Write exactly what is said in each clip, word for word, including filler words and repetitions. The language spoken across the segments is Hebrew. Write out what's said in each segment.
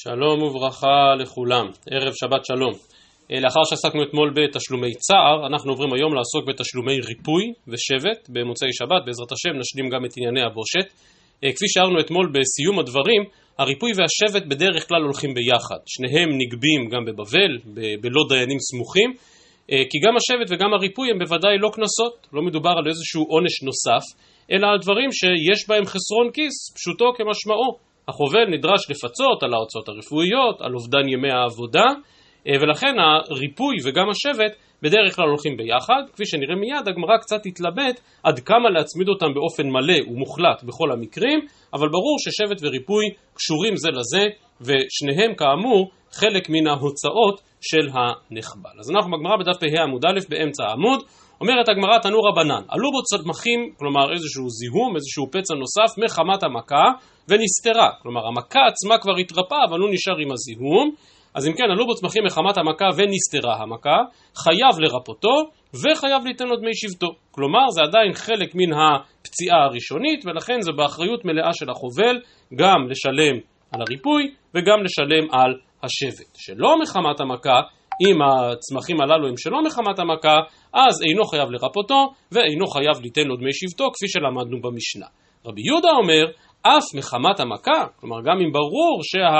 שלום וברכה לכולם, ערב שבת שלום. לאחר שעסקנו אתמול בתשלומי צער, אנחנו עוברים היום לעסוק בתשלומי ריפוי ושבט. במוצאי שבת, בעזרת השם, נשלים גם את ענייני הבושת. כפי שהראינו אתמול בסיום הדברים, הריפוי והשבט בדרך כלל הולכים ביחד. שניהם נגבים גם בבבל, ב- בלא דיינים סמוכים, כי גם השבט וגם הריפוי הם בוודאי לא כנסות, לא מדובר על איזשהו עונש נוסף, אלא על דברים שיש בהם חסרון כיס, פשוטו כמשמעו. החובל נדרש לפצות על ההוצאות הרפואיות, על אובדן ימי העבודה, ולכן הריפוי וגם השבט בדרך כלל הולכים ביחד. כפי שנראה מיד, הגמרא קצת תתלבט עד כמה להצמיד אותם באופן מלא ומוחלט בכל המקרים, אבל ברור ששבט וריפוי קשורים זה לזה, ושניהם כאמור חלק מן ההוצאות של הנחבל. אז אנחנו בגמרא בדף פ"ה עמוד א' באמצע העמוד. אומרת הגמרא תנו רבנן, עלו בו צמחים, כלומר איזשהו זיהום, איזשהו פצע נוסף מחמת המכה ונסתרה. כלומר המכה עצמה כבר התרפאה, אבל הוא נשאר עם הזיהום. אז אם כן, עלו בו צמחים מחמת המכה ונסתרה המכה, חייב לרפותו וחייב ליתן לו דמי שבטו. כלומר זה עדיין חלק מן הפציעה הראשונית, ולכן זה באחריות מלאה של החובל גם לשלם על הריפוי וגם לשלם על השבט. שלא מחמת המכה, אם הצמחים הללו הם שלא מחמת המכה, אז אינו חייב לרפותו ואינו חייב ליתן לו דמי שבטו, כפי שלמדנו במשנה. רבי יהודה אומר, אף מחמת המכה, כלומר גם אם ברור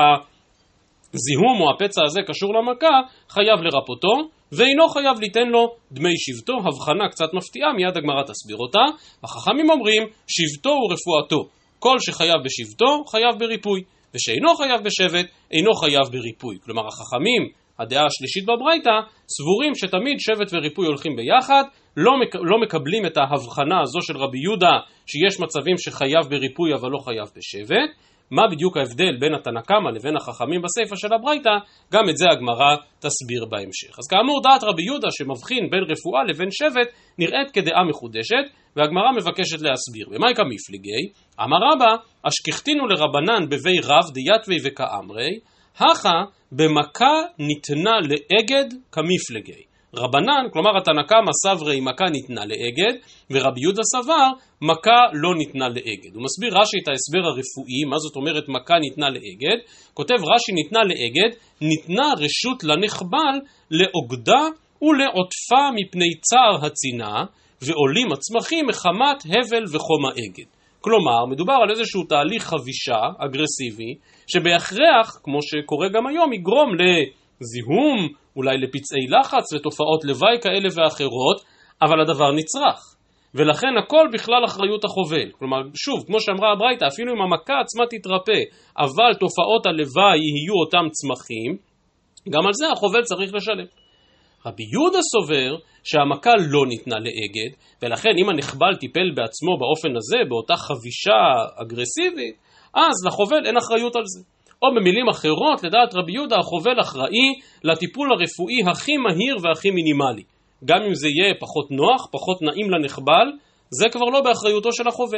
שהזיהום או הפצע הזה קשור למכה, חייב לרפותו ואינו חייב ליתן לו דמי שבטו. הבחנה קצת מפתיעה, מיד הגמרא תסביר אותה. החכמים אומרים, שבטו ורפואתו, כל שחייב בשבטו חייב בריפוי, ושאינו חייב בשבט אינו חייב בריפוי. כלומר החכמים, הדעה השלישית בברייתא, סבורים שתמיד שבט וריפוי הולכים ביחד, לא, מק... לא מקבלים את ההבחנה הזו של רבי יהודה שיש מצבים שחייב בריפוי אבל לא חייב בשבט. מה בדיוק ההבדל בין התנא קמא לבין החכמים בסייפא של הברייתא, גם את זה הגמרא תסביר בהמשך. אז כאמור דעת רבי יהודה שמבחין בין רפואה לבין שבט נראית כדעה מחודשת, והגמרא מבקשת להסביר. ומאי כמפליגי? אמר רבא, אשכחתינו לרבנן בבי רב דיתווי וכאמרי, הכה במכה ניתנה לאגד כמפלגי. רבנן, כלומר התנא קמא סברי מכה ניתנה לאגד, ורבי יהודה סבר מכה לא ניתנה לאגד. הוא מסביר רש"י את ההסבר הרפואי, מה זאת אומרת מכה ניתנה לאגד. כותב רש"י ניתנה לאגד, ניתנה רשות לנחבל לאוגדה ולעוטפה מפני צער הצינה, ועולים הצמחים מחמת הבל וחום האגד. כלומר, מדובר על איזשהו תהליך חבישה אגרסיבי, שבהכרח, כמו שקורה גם היום, יגרום לזיהום, אולי לפצעי לחץ ותופעות לוואי כאלה ואחרות, אבל הדבר נצרך. ולכן הכל בכלל אחריות החובל. כלומר, שוב, כמו שאמרה הברייתא, אפילו אם המכה עצמה תתרפא, אבל תופעות הלוואי יהיו אותם צמחים, גם על זה החובל צריך לשלם. רבי יהודה סובר שהמכה לא ניתנה לאגד, ולכן אם הנחבל טיפל בעצמו באופן הזה, באותה חבישה אגרסיבית, אז לחובל אין אחריות על זה. או במילים אחרות, לדעת רבי יהודה, החובל אחראי לטיפול הרפואי הכי מהיר והכי מינימלי. גם אם זה יהיה פחות נוח, פחות נעים לנחבל, זה כבר לא באחריותו של החובל.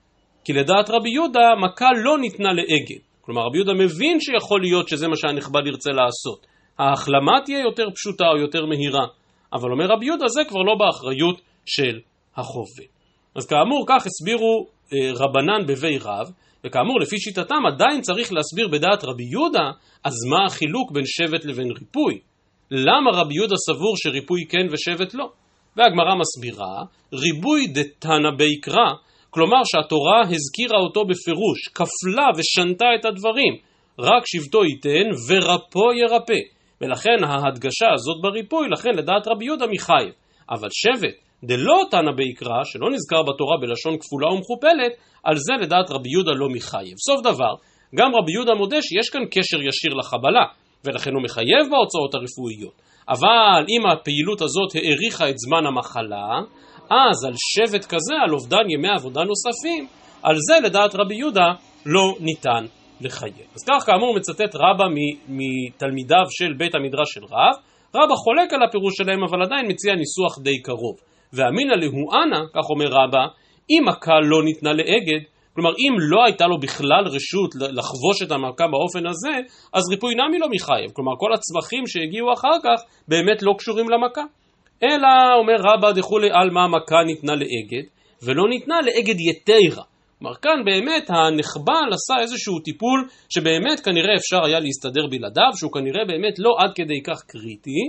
כי לדעת רבי יהודה, מכה לא ניתנה לאגד. כלומר, רבי יהודה מבין שיכול להיות שזה מה שהנחבל ירצה לעשות. ההחלמה תהיה יותר פשוטה או יותר מהירה. אבל אומר רבי יהודה, זה כבר לא באחריות של החובל. אז כאמור, כך הסבירו אה, רבנן בבי רב, וכאמור, לפי שיטתם עדיין צריך להסביר בדעת רבי יהודה, אז מה החילוק בין שבט לבין ריפוי? למה רבי יהודה סבור שריפוי כן ושבט לא? והגמרא מסבירה, ריבוי דתנא ביקרא, כלומר שהתורה הזכירה אותו בפירוש, כפלה ושנתה את הדברים, רק שבטו ייתן ורפו ירפא. ולכן ההדגשה הזאת בריפוי, לכן לדעת רבי יהודה מחייב. אבל שבט, דלא תנא ביקרא, שלא נזכר בתורה בלשון כפולה ומכופלת, על זה לדעת רבי יהודה לא מחייב. סוף דבר, גם רבי יהודה מודה שיש כאן קשר ישיר לחבלה, ולכן הוא מחייב בהוצאות הרפואיות. אבל אם הפעילות הזאת האריכה את זמן המחלה, אז על שבט כזה, על אובדן ימי עבודה נוספים, על זה לדעת רבי יהודה לא ניתן לחייב. אז כך כאמור מצטט רבא מתלמידיו של בית המדרש של רב, רבא חולק על הפירוש שלהם, אבל עדיין מציע ניסוח די קרוב. ואמינא להו אנא, כך אומר רבא, אם מכה לא ניתנה לאגד, כלומר אם לא הייתה לו בכלל רשות לחבוש את המכה באופן הזה, אז ריפוי נמי לא מחייב. כלומר כל הצמחים שהגיעו אחר כך באמת לא קשורים למכה. אלא אומר רבא דכולי עלמא מכה ניתנה לאגד, ולא ניתנה לאגד יתרה. כלומר, כאן באמת הנחבל עשה איזשהו טיפול שבאמת כנראה אפשר היה להסתדר בלעדיו, שהוא כנראה באמת לא עד כדי כך קריטי,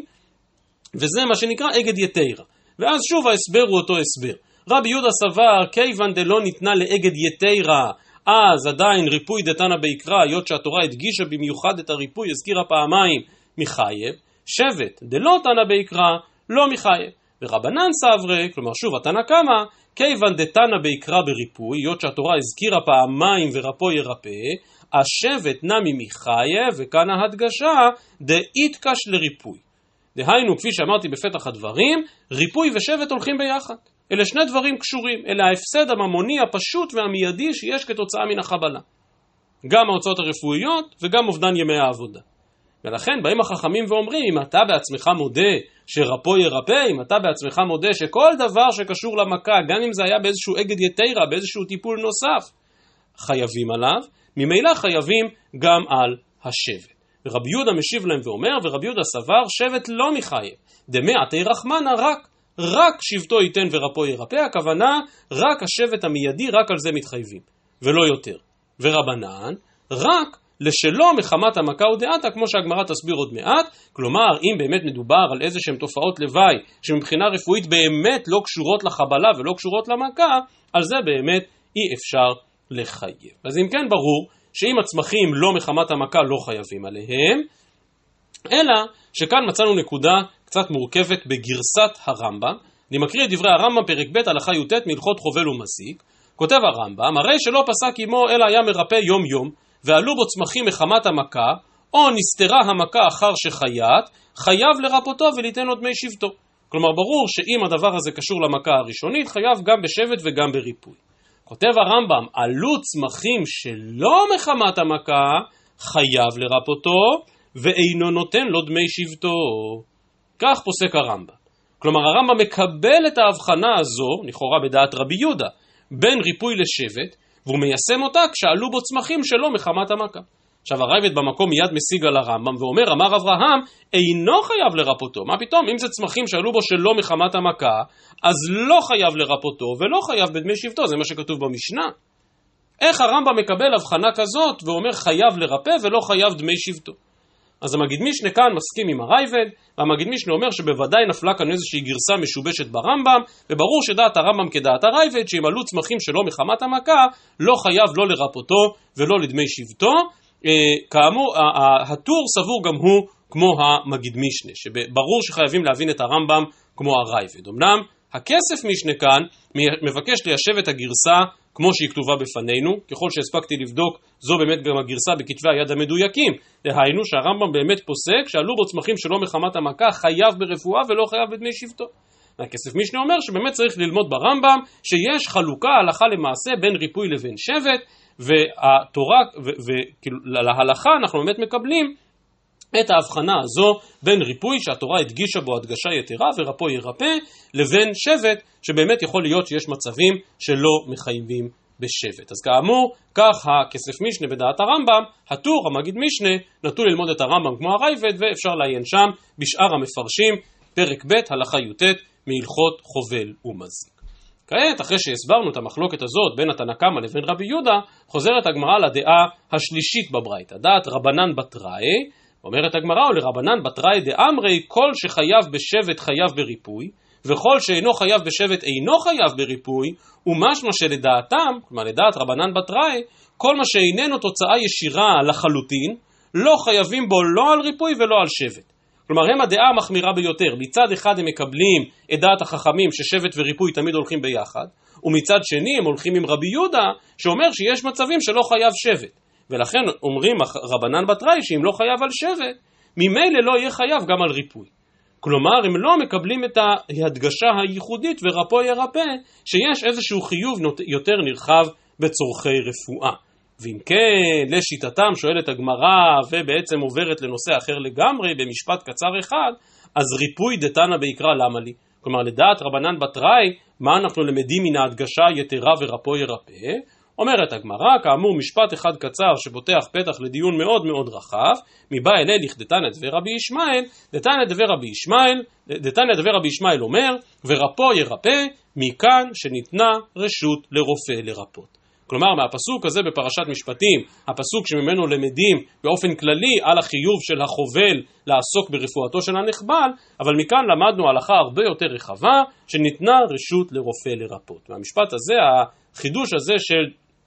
וזה מה שנקרא אגד יתירה. ואז שוב ההסבר הוא אותו הסבר. רבי יהודה סבר, כיוון דלא ניתנה לאגד יתירה, אז עדיין ריפוי דתנא ביקרא, היות שהתורה הדגישה במיוחד את הריפוי, הזכירה פעמיים מחייב, שבט דלא תנא ביקרא, לא מחייב. ורבנן סברי, כלומר שוב התנא קמא, כיוון דתנא ביקרא בריפוי, היות שהתורה הזכירה פעמיים ורפו ירפא, השבט נמי מחייב, וכאן ההדגשה דאיתקש לריפוי. דהיינו, כפי שאמרתי בפתח הדברים, ריפוי ושבט הולכים ביחד. אלה שני דברים קשורים, אלה ההפסד הממוני הפשוט והמיידי שיש כתוצאה מן החבלה. גם ההוצאות הרפואיות וגם אובדן ימי העבודה. ולכן באים החכמים ואומרים, אם אתה בעצמך מודה שרפו ירפא, אם אתה בעצמך מודה שכל דבר שקשור למכה, גם אם זה היה באיזשהו אגד יתירה, באיזשהו טיפול נוסף, חייבים עליו, ממילא חייבים גם על השבט. ורבי יהודה משיב להם ואומר, ורבי יהודה סבר, שבט לא מחייב, דמעטי רחמנא רק, רק שבטו ייתן ורפו ירפא, הכוונה רק השבט המיידי, רק על זה מתחייבים, ולא יותר. ורבנן, רק לשלא מחמת המכה ודעתה, כמו שהגמרא תסביר עוד מעט, כלומר, אם באמת מדובר על איזה שהן תופעות לוואי, שמבחינה רפואית באמת לא קשורות לחבלה ולא קשורות למכה, על זה באמת אי אפשר לחייב. אז אם כן ברור, שאם הצמחים לא מחמת המכה לא חייבים עליהם, אלא שכאן מצאנו נקודה קצת מורכבת בגרסת הרמב"ם. אני מקריא את דברי הרמב"ם פרק ב' הלכה י"ט מהלכות חובל ומזיק. כותב הרמב"ם, הרי שלא פסק עמו אלא היה מרפא יום יום, ועלו בו צמחים מחמת המכה, או נסתרה המכה אחר שחיית, חייב לרפותו וליתן עוד דמי שבטו. כלומר ברור שאם הדבר הזה קשור למכה הראשונית, חייב גם בשבט וגם בריפוי. כותב הרמב"ם, עלו צמחים שלא מחמת המכה, חייב לרפותו, ואינו נותן לו דמי שבטו. כך פוסק הרמב"ם. כלומר הרמב"ם מקבל את ההבחנה הזו, לכאורה בדעת רבי יהודה, בין ריפוי לשבט, והוא מיישם אותה כשעלו בו צמחים שלא מחמת המכה. עכשיו הרייבד במקום מיד משיג על הרמב"ם ואומר, אמר אברהם, אינו חייב לרפותו. מה פתאום? אם זה צמחים שעלו בו שלא מחמת המכה, אז לא חייב לרפותו ולא חייב בדמי שבטו, זה מה שכתוב במשנה. איך הרמב"ם מקבל הבחנה כזאת ואומר חייב לרפא ולא חייב דמי שבטו? אז המגיד משנה כאן מסכים עם הרייבד, והמגיד משנה אומר שבוודאי נפלה כאן איזושהי גרסה משובשת ברמב"ם, וברור שדעת הרמב"ם כדעת הרייבד, שאם עלו צמחים שלא מחמת המכה, לא חייב לא לרפותו ולא לדמי שבטו. כאמור, הטור סבור גם הוא כמו המגיד משנה, שברור שחייבים להבין את הרמב"ם כמו הרייבד. אמנם הכסף משנה כאן מבקש ליישב את הגרסה כמו שהיא כתובה בפנינו, ככל שהספקתי לבדוק, זו באמת גם הגרסה בכתבי היד המדויקים. דהיינו שהרמב"ם באמת פוסק שעלו בו צמחים שלא מחמת המכה, חייב ברפואה ולא חייב בדמי שבטו. הכסף משנה אומר שבאמת צריך ללמוד ברמב"ם שיש חלוקה הלכה למעשה בין ריפוי לבין שבט, והתורה, ולהלכה אנחנו באמת מקבלים את ההבחנה הזו בין ריפוי שהתורה הדגישה בו הדגשה יתרה ורפו ירפא, לבין שבט שבאמת יכול להיות שיש מצבים שלא מחייבים בשבט. אז כאמור, כך הכסף משנה בדעת הרמב"ם, הטור, המגיד משנה, נטו ללמוד את הרמב"ם כמו הרייבד, ואפשר לעיין שם בשאר המפרשים, פרק ב' הלכה י"ט מהלכות חובל ומזיק. כעת, אחרי שהסברנו את המחלוקת הזאת בין התנא קמא לבין רבי יהודה, חוזרת הגמרא לדעה השלישית בברייתא, דעת רבנן בתראי. אומרת הגמרא, ולרבנן בתראי דאמרי, כל שחייב בשבט חייב בריפוי, וכל שאינו חייב בשבט אינו חייב בריפוי, ומשמע שלדעתם, כלומר לדעת רבנן בתראי, כל מה שאיננו תוצאה ישירה לחלוטין, לא חייבים בו לא על ריפוי ולא על שבט. כלומר הם הדעה המחמירה ביותר. מצד אחד הם מקבלים את דעת החכמים ששבט וריפוי תמיד הולכים ביחד, ומצד שני הם הולכים עם רבי יהודה שאומר שיש מצבים שלא חייב שבט. ולכן אומרים רבנן בתראי שאם לא חייב על שבט, ממילא לא יהיה חייב גם על ריפוי. כלומר הם לא מקבלים את ההדגשה הייחודית ורפו ירפא, שיש איזשהו חיוב יותר נרחב בצורכי רפואה. ואם כן, לשיטתם שואלת הגמרא ובעצם עוברת לנושא אחר לגמרי במשפט קצר אחד, אז ריפוי דתנא ביקרא למה לי? כלומר לדעת רבנן בתראי, מה אנחנו למדים מן ההדגשה יתרה ורפו ירפא? אומרת הגמרא, כאמור משפט אחד קצר שבוטח פתח לדיון מאוד מאוד רחב, מבא אלי לכדתנא דבי רבי ישמעאל, דתנא דבי רבי ישמעאל, דתנא דבי רבי ישמעאל אומר, ורפו ירפא, מכאן שניתנה רשות לרופא לרפות. כלומר, מהפסוק הזה בפרשת משפטים, הפסוק שממנו למדים באופן כללי על החיוב של החובל לעסוק ברפואתו של הנחבל, אבל מכאן למדנו הלכה הרבה יותר רחבה, שניתנה רשות לרופא לרפות. והמשפט הזה, החידוש הזה של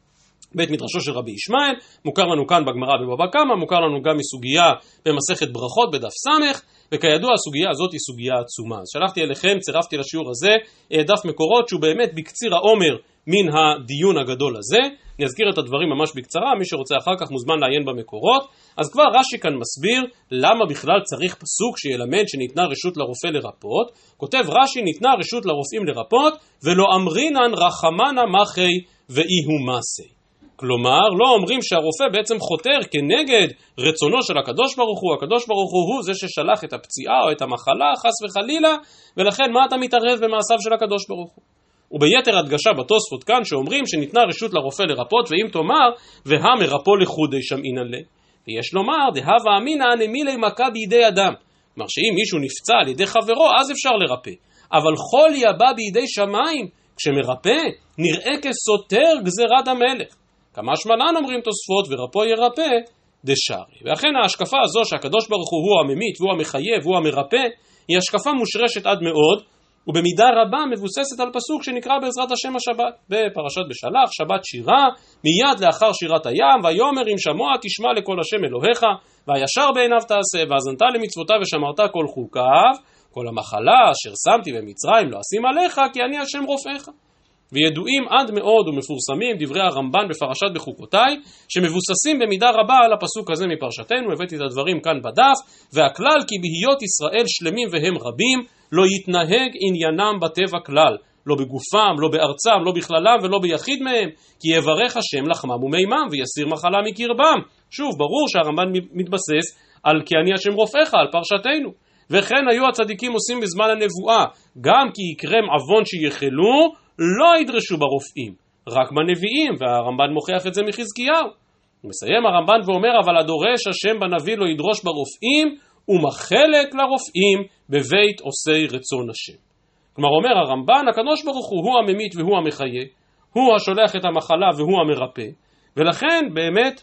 בית מדרשו של רבי ישמעאל, מוכר לנו כאן בגמרא בבבא קמא, מוכר לנו גם מסוגיה במסכת ברכות בדף סמך, וכידוע הסוגיה הזאת היא סוגיה עצומה. אז שלחתי אליכם, צירפתי לשיעור הזה דף מקורות שהוא באמת בקציר העומר מן הדיון הגדול הזה. אני אזכיר את הדברים ממש בקצרה, מי שרוצה אחר כך מוזמן לעיין במקורות. אז כבר רש"י כאן מסביר למה בכלל צריך פסוק שילמד שניתנה רשות לרופא לרפות. כותב רש"י, ניתנה רשות לרופאים לרפות ולא אמרינן רחמנה מחי ואי הוא מסי. כלומר, לא אומרים שהרופא בעצם חותר כנגד רצונו של הקדוש ברוך הוא. הקדוש ברוך הוא הוא זה ששלח את הפציעה או את המחלה, חס וחלילה, ולכן מה אתה מתערב במעשיו של הקדוש ברוך הוא? וביתר הדגשה בתוספות כאן שאומרים שניתנה רשות לרופא לרפות, ואם תאמר, והמרפו לחודי שמעינן לה. ויש לומר, דהווה אמינא נמילי מכה בידי אדם. כלומר שאם מישהו נפצע על ידי חברו, אז אפשר לרפא. אבל חולי הבא בידי שמיים, כשמרפא, נראה כסותר גזירת המלך. כמה שמלן אומרים תוספות, ורפו ירפא דשארי. ואכן ההשקפה הזו שהקדוש ברוך הוא הוא הממית והוא המחייב והוא המרפא, היא השקפה מושרשת עד מאוד, ובמידה רבה מבוססת על פסוק שנקרא בעזרת השם השבת, בפרשת בשלח, שבת שירה, מיד לאחר שירת הים, ויאמר אם שמוע תשמע לכל השם אלוהיך, והישר בעיניו תעשה, והאזנת למצוותיו ושמרת כל חוקיו, כל המחלה אשר שמתי במצרים לא אשים עליך, כי אני השם רופאיך. וידועים עד מאוד ומפורסמים דברי הרמב"ן בפרשת בחוקותיי, שמבוססים במידה רבה על הפסוק הזה מפרשתנו. הבאתי את הדברים כאן בדף. והכלל כי בהיות ישראל שלמים והם רבים, לא יתנהג עניינם בטבע כלל, לא בגופם, לא בארצם, לא בכללם ולא ביחיד מהם, כי יברך השם לחמם ומימם ויסיר מחלה מקרבם. שוב, ברור שהרמב"ן מתבסס על כי אני השם רופאיך, על פרשתנו. וכן היו הצדיקים עושים בזמן הנבואה, גם כי יקרם עוון שיחלו, לא ידרשו ברופאים, רק בנביאים, והרמב"ן מוכיח את זה מחזקיהו. מסיים הרמב"ן ואומר, אבל הדורש השם בנביא לא ידרוש ברופאים, ומחלק לרופאים בבית עושי רצון השם. כלומר אומר הרמב"ן, הקדוש ברוך הוא הוא הממית והוא המחיה, הוא השולח את המחלה והוא המרפא, ולכן באמת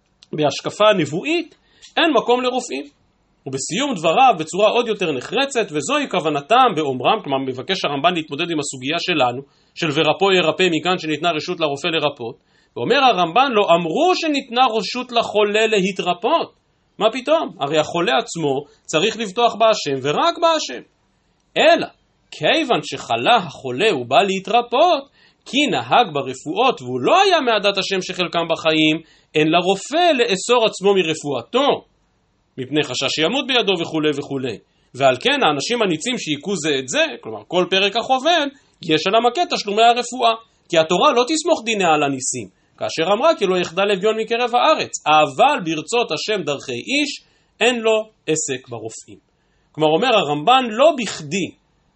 בהשקפה נבואית אין מקום לרופאים. ובסיום דבריו בצורה עוד יותר נחרצת, וזוהי כוונתם באומרם, כלומר מבקש הרמב"ן להתמודד עם הסוגיה שלנו, של ורפו ירפא מכאן שניתנה רשות לרופא לרפות, ואומר הרמב"ן לא אמרו שניתנה רשות לחולה להתרפות. מה פתאום? הרי החולה עצמו צריך לבטוח בהשם ורק בהשם. אלא, כיוון שחלה החולה הוא בא להתרפות, כי נהג ברפואות והוא לא היה מעדת השם שחלקם בחיים, אין לרופא לאסור עצמו מרפואתו, מפני חשש שימות בידו וכו' וכו'. ועל כן האנשים הניצים שיקו זה את זה, כלומר כל פרק החובל, יש על המכה תשלומי הרפואה, כי התורה לא תסמוך דיניה על הניסים, כאשר אמרה כי לא יחדל אביון מקרב הארץ, אבל ברצות השם דרכי איש, אין לו עסק ברופאים. כלומר אומר הרמב"ן, לא בכדי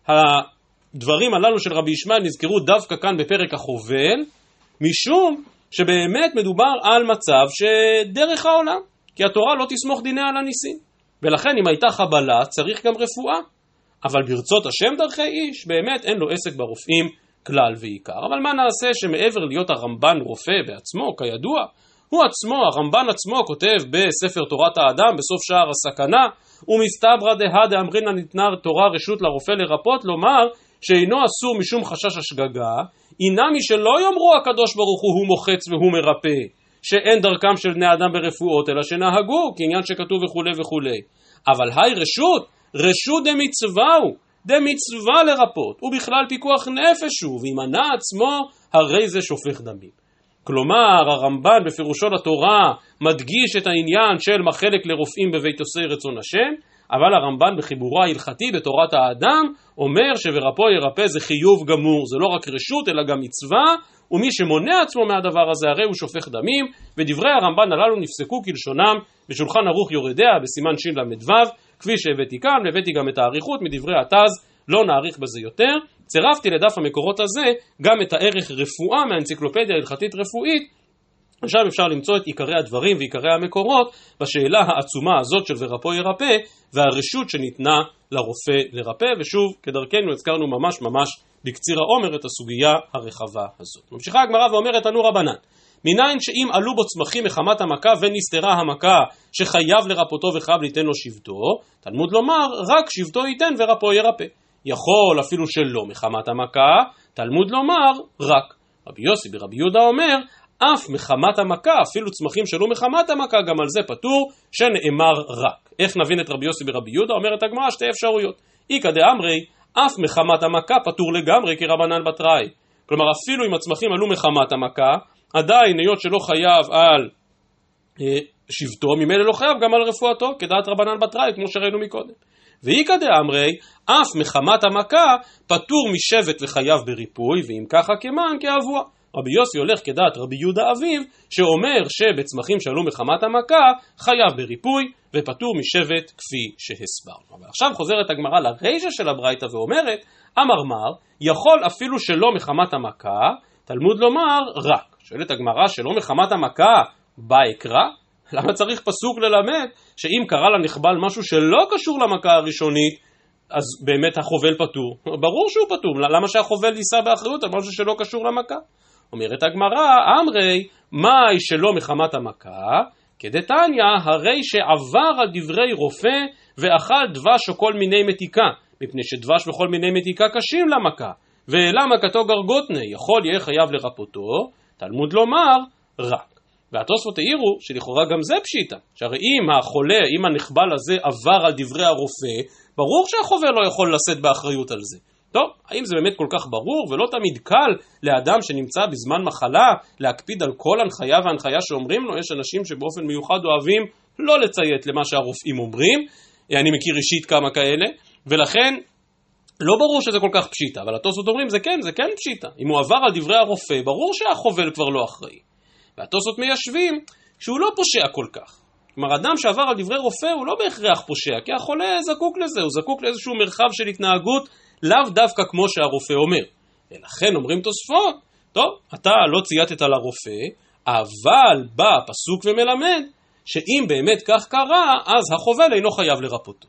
הדברים הללו של רבי ישמעאל נזכרו דווקא כאן בפרק החובל, משום שבאמת מדובר על מצב שדרך העולם, כי התורה לא תסמוך דיניה על הניסים, ולכן אם הייתה חבלה צריך גם רפואה, אבל ברצות השם דרכי איש, באמת אין לו עסק ברופאים כלל ועיקר. אבל מה נעשה שמעבר להיות הרמב"ן רופא בעצמו, כידוע, הוא עצמו, הרמב"ן עצמו כותב בספר תורת האדם, בסוף שער הסכנה, ומסתברא דהא דאמרינן ניתנה תורה רשות לרופא לרפות, לומר שאינו אסור משום חשש השגגה, אינמי שלא יאמרו הקדוש ברוך הוא הוא מוחץ והוא מרפא, שאין דרכם של בני אדם ברפואות, אלא שנהגו, כעניין שכתוב וכו' וכו'. אבל היי רשות, רשות דמצווה הוא, דמצווה לרפות, ובכלל פיקוח נפש הוא, וימנע עצמו, הרי זה שופך דמים. כלומר, הרמב"ן בפירושו לתורה מדגיש את העניין של מחלק לרופאים בבית עושי רצון השם, אבל הרמב"ן בחיבורו ההלכתי בתורת האדם אומר שוורפו ירפא זה חיוב גמור, זה לא רק רשות אלא גם מצווה, ומי שמונע עצמו מהדבר הזה הרי הוא שופך דמים, ודברי הרמב"ן הללו נפסקו כלשונם בשולחן ערוך יורדיה בסימן שין למדוו, כפי שהבאתי כאן, והבאתי גם את האריכות מדברי התז, לא נאריך בזה יותר. צירפתי לדף המקורות הזה גם את הערך רפואה מהאנציקלופדיה ההלכתית רפואית, עכשיו אפשר למצוא את עיקרי הדברים ועיקרי המקורות בשאלה העצומה הזאת של ורפו ירפא והרשות שניתנה לרופא לרפא, ושוב כדרכנו הזכרנו ממש ממש בקציר העומר את הסוגיה הרחבה הזאת. ממשיכה הגמרא ואומרת תנו רבנן, מניין שאם עלו בו צמחים מחמת המכה ונסתרה המכה שחייב לרפותו וחייב ליתן לו שבטו, תלמוד לומר רק שבטו ייתן ורפו ירפא. יכול אפילו שלא מחמת המכה, תלמוד לומר רק. רבי יוסי ברבי יהודה אומר, אף מחמת המכה, אפילו צמחים שלא מחמת המכה, גם על זה פטור, שנאמר רק. איך נבין את רבי יוסי ברבי יהודה? אומרת הגמרא שתי אפשרויות. איקא דאמרי, אף מחמת המכה פטור לגמרי כרבנן בתראי. כלומר, אפילו אם הצמחים עלו מחמת המכה, עדיין היות שלא חייב על אה, שבטו, ממילא לא חייב גם על רפואתו, כדעת רבנן בתראי, כמו שראינו מקודם. ואיקא דאמרי, אף מחמת המכה פטור משבט וחייב בריפוי, ואם ככה כמן כאבוע. רבי יוסי הולך כדעת רבי יהודה אביו, שאומר שבצמחים שעלו מחמת המכה חייב בריפוי ופטור משבט כפי שהסברנו. אבל עכשיו חוזרת הגמרא לרישא של הברייתא ואומרת, אמר מר, יכול אפילו שלא מחמת המכה, תלמוד לומר רק. שואלת הגמרא שלא מחמת המכה בא אקרא? למה צריך פסוק ללמד שאם קרה לנחבל משהו שלא קשור למכה הראשונית, אז באמת החובל פטור? ברור שהוא פטור, למה שהחובל יישא באחריות על משהו שלא קשור למכה? אומרת הגמרא, אמרי, מאי שלא מחמת המכה, כדתניא, הרי שעבר על דברי רופא ואכל דבש או כל מיני מתיקה, מפני שדבש וכל מיני מתיקה קשים למכה, ואלה מכתו גרגותני, יכול יהיה חייב לרפותו, תלמוד לומר רק. והתוספות העירו שלכאורה גם זה פשיטה, שהרי אם החולה, אם הנחבל הזה עבר על דברי הרופא, ברור שהחובל לא יכול לשאת באחריות על זה. טוב, האם זה באמת כל כך ברור ולא תמיד קל לאדם שנמצא בזמן מחלה להקפיד על כל הנחיה והנחיה שאומרים לו? יש אנשים שבאופן מיוחד אוהבים לא לציית למה שהרופאים אומרים, אני מכיר אישית כמה כאלה, ולכן לא ברור שזה כל כך פשיטה, אבל התוספות אומרים זה כן, זה כן פשיטה. אם הוא עבר על דברי הרופא, ברור שהחובל כבר לא אחראי. והתוספות מיישבים שהוא לא פושע כל כך. כלומר, אדם שעבר על דברי רופא הוא לא בהכרח פושע, כי החולה זקוק לזה, הוא זקוק לאיזשהו מרחב של התנהגות, לאו דווקא כמו שהרופא אומר. ולכן אומרים תוספות, טוב, אתה לא צייתת לרופא, אבל בא פסוק ומלמד, שאם באמת כך קרה, אז החובל אינו חייב לרפותו.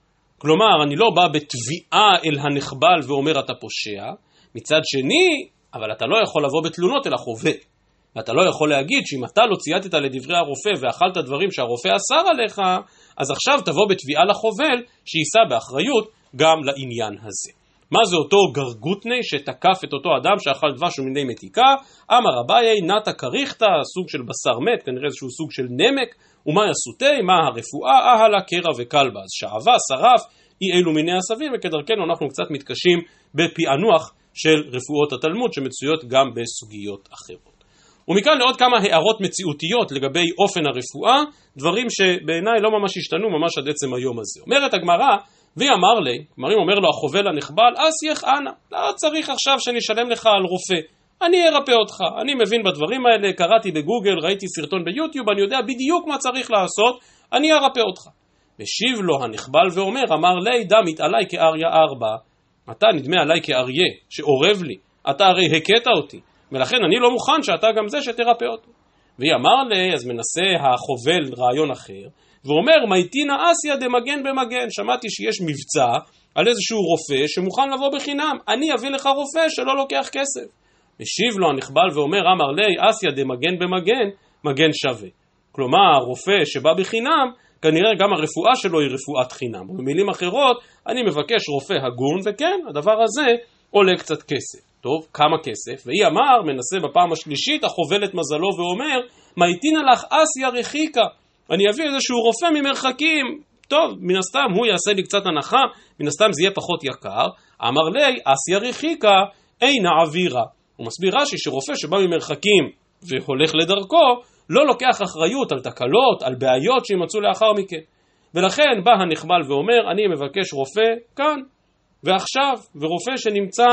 כלומר, אני לא בא בתביעה אל הנחבל ואומר אתה פושע, מצד שני, אבל אתה לא יכול לבוא בתלונות אל החובל. ואתה לא יכול להגיד שאם אתה לא צייתת לדברי הרופא ואכלת דברים שהרופא אסר עליך, אז עכשיו תבוא בתביעה לחובל שיישא באחריות גם לעניין הזה. מה זה אותו גרגותני שתקף את אותו אדם שאכל דבש ומיני מתיקה? אמר אביי נטה קריכתא, סוג של בשר מת, כנראה איזשהו סוג של נמק, ומה יסותי, מה הרפואה, אהלה קרע וקלבה. אז שעבה, שרף, אי אלו מיני עשבים, וכדרכנו אנחנו קצת מתקשים בפענוח של רפואות התלמוד שמצויות גם בסוגיות אחרות. ומכאן לעוד כמה הערות מציאותיות לגבי אופן הרפואה, דברים שבעיניי לא ממש השתנו ממש עד עצם היום הזה. אומרת הגמרא, והיא אמר לי, כלומר אם אומר לו החובל הנחבל, אסייך אנא, לא צריך עכשיו שנשלם לך על רופא, אני ארפא אותך, אני מבין בדברים האלה, קראתי בגוגל, ראיתי סרטון ביוטיוב, אני יודע בדיוק מה צריך לעשות, אני ארפא אותך. משיב לו הנחבל ואומר, אמר לי, דמית עליי כאריה ארבע, אתה נדמה עליי כאריה, שעורב לי, אתה הרי הכית אותי, ולכן אני לא מוכן שאתה גם זה שתרפא אותו. והיא אמר לי, אז מנסה החובל רעיון אחר, ואומר, מייטינה אסיה דמגן במגן, שמעתי שיש מבצע על איזשהו רופא שמוכן לבוא בחינם, אני אביא לך רופא שלא לוקח כסף. משיב לו הנכבל ואומר, אמר לי, אסיה דמגן במגן, מגן שווה. כלומר, רופא שבא בחינם, כנראה גם הרפואה שלו היא רפואת חינם. במילים אחרות, אני מבקש רופא הגון, וכן, הדבר הזה עולה קצת כסף. טוב, כמה כסף? והיא אמר, מנסה בפעם השלישית, החובל את מזלו ואומר, מייטינה לך אסיה רחיקה, אני אביא איזשהו רופא ממרחקים, טוב, מן הסתם הוא יעשה לי קצת הנחה, מן הסתם זה יהיה פחות יקר, אמר לי, אסיה רחיקה, אינה עבירה. הוא מסביר רש"י שרופא שבא ממרחקים והולך לדרכו, לא לוקח אחריות על תקלות, על בעיות שימצאו לאחר מכן. ולכן בא הנחבל ואומר, אני מבקש רופא כאן ועכשיו, ורופא שנמצא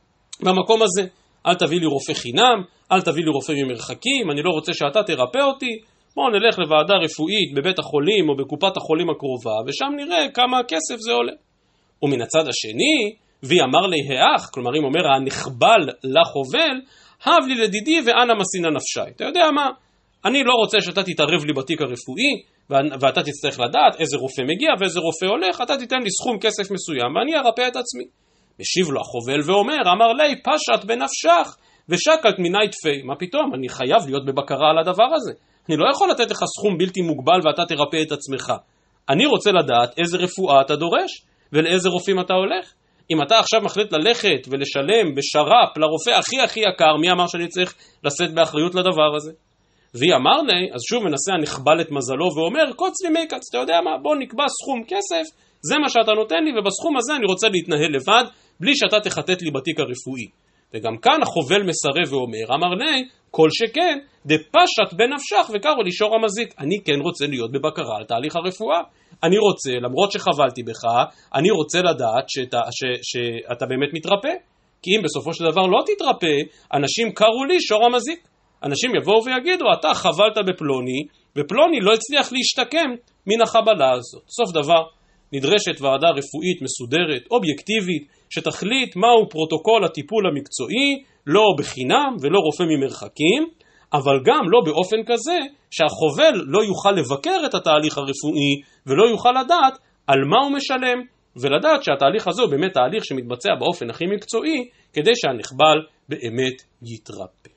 במקום הזה. אל תביא לי רופא חינם, אל תביא לי רופא ממרחקים, אני לא רוצה שאתה תרפא אותי, בואו נלך לוועדה רפואית בבית החולים או בקופת החולים הקרובה, ושם נראה כמה כסף זה עולה. ומן הצד השני, והיא אמר לי האח, כלומר אם אומר הנחבל לחובל, הב לי לדידי ואנה מסינה נפשי. אתה יודע מה? אני לא רוצה שאתה תתערב לי בתיק הרפואי, ואתה תצטרך לדעת איזה רופא מגיע ואיזה רופא הולך, אתה תיתן לי סכום כסף מסוים ואני ארפא את עצמי. משיב לו החובל ואומר, אמר לי, פשט בנפשך ושקלת מיני תפי. מה פתאום? אני חייב להיות בבקרה על הדבר הזה. אני לא יכול לתת לך סכום בלתי מוגבל ואתה תרפא את עצמך. אני רוצה לדעת איזה רפואה אתה דורש ולאיזה רופאים אתה הולך. אם אתה עכשיו מחליט ללכת ולשלם בשר"פ לרופא הכי הכי יקר, מי אמר שאני צריך לשאת באחריות לדבר הזה? והיא אמר לי, אז שוב מנסה נכבל את מזלו ואומר, קוץ לי מקץ, אתה יודע מה, בוא נקבע סכום כסף, זה מה שאתה נותן לי, ובסכום הזה אני רוצה להתנהל לבד, בלי שאתה תחטט לי בתיק הרפואי. וגם כאן החובל מסרב ואומר, אמר לי, כל שכן, דפשט בנפשך וקראו לי שור המזיק. אני כן רוצה להיות בבקרה על תהליך הרפואה. אני רוצה, למרות שחבלתי בך, אני רוצה לדעת שאתה, ש, שאתה באמת מתרפא. כי אם בסופו של דבר לא תתרפא, אנשים קראו לי שור המזיק. אנשים יבואו ויגידו, אתה חבלת בפלוני, ופלוני לא הצליח להשתקם מן החבלה הזאת. סוף דבר, נדרשת ועדה רפואית מסודרת, אובייקטיבית, שתחליט מהו פרוטוקול הטיפול המקצועי, לא בחינם ולא רופא ממרחקים, אבל גם לא באופן כזה שהחובל לא יוכל לבקר את התהליך הרפואי ולא יוכל לדעת על מה הוא משלם, ולדעת שהתהליך הזה הוא באמת תהליך שמתבצע באופן הכי מקצועי כדי שהנכבל באמת יתרפא.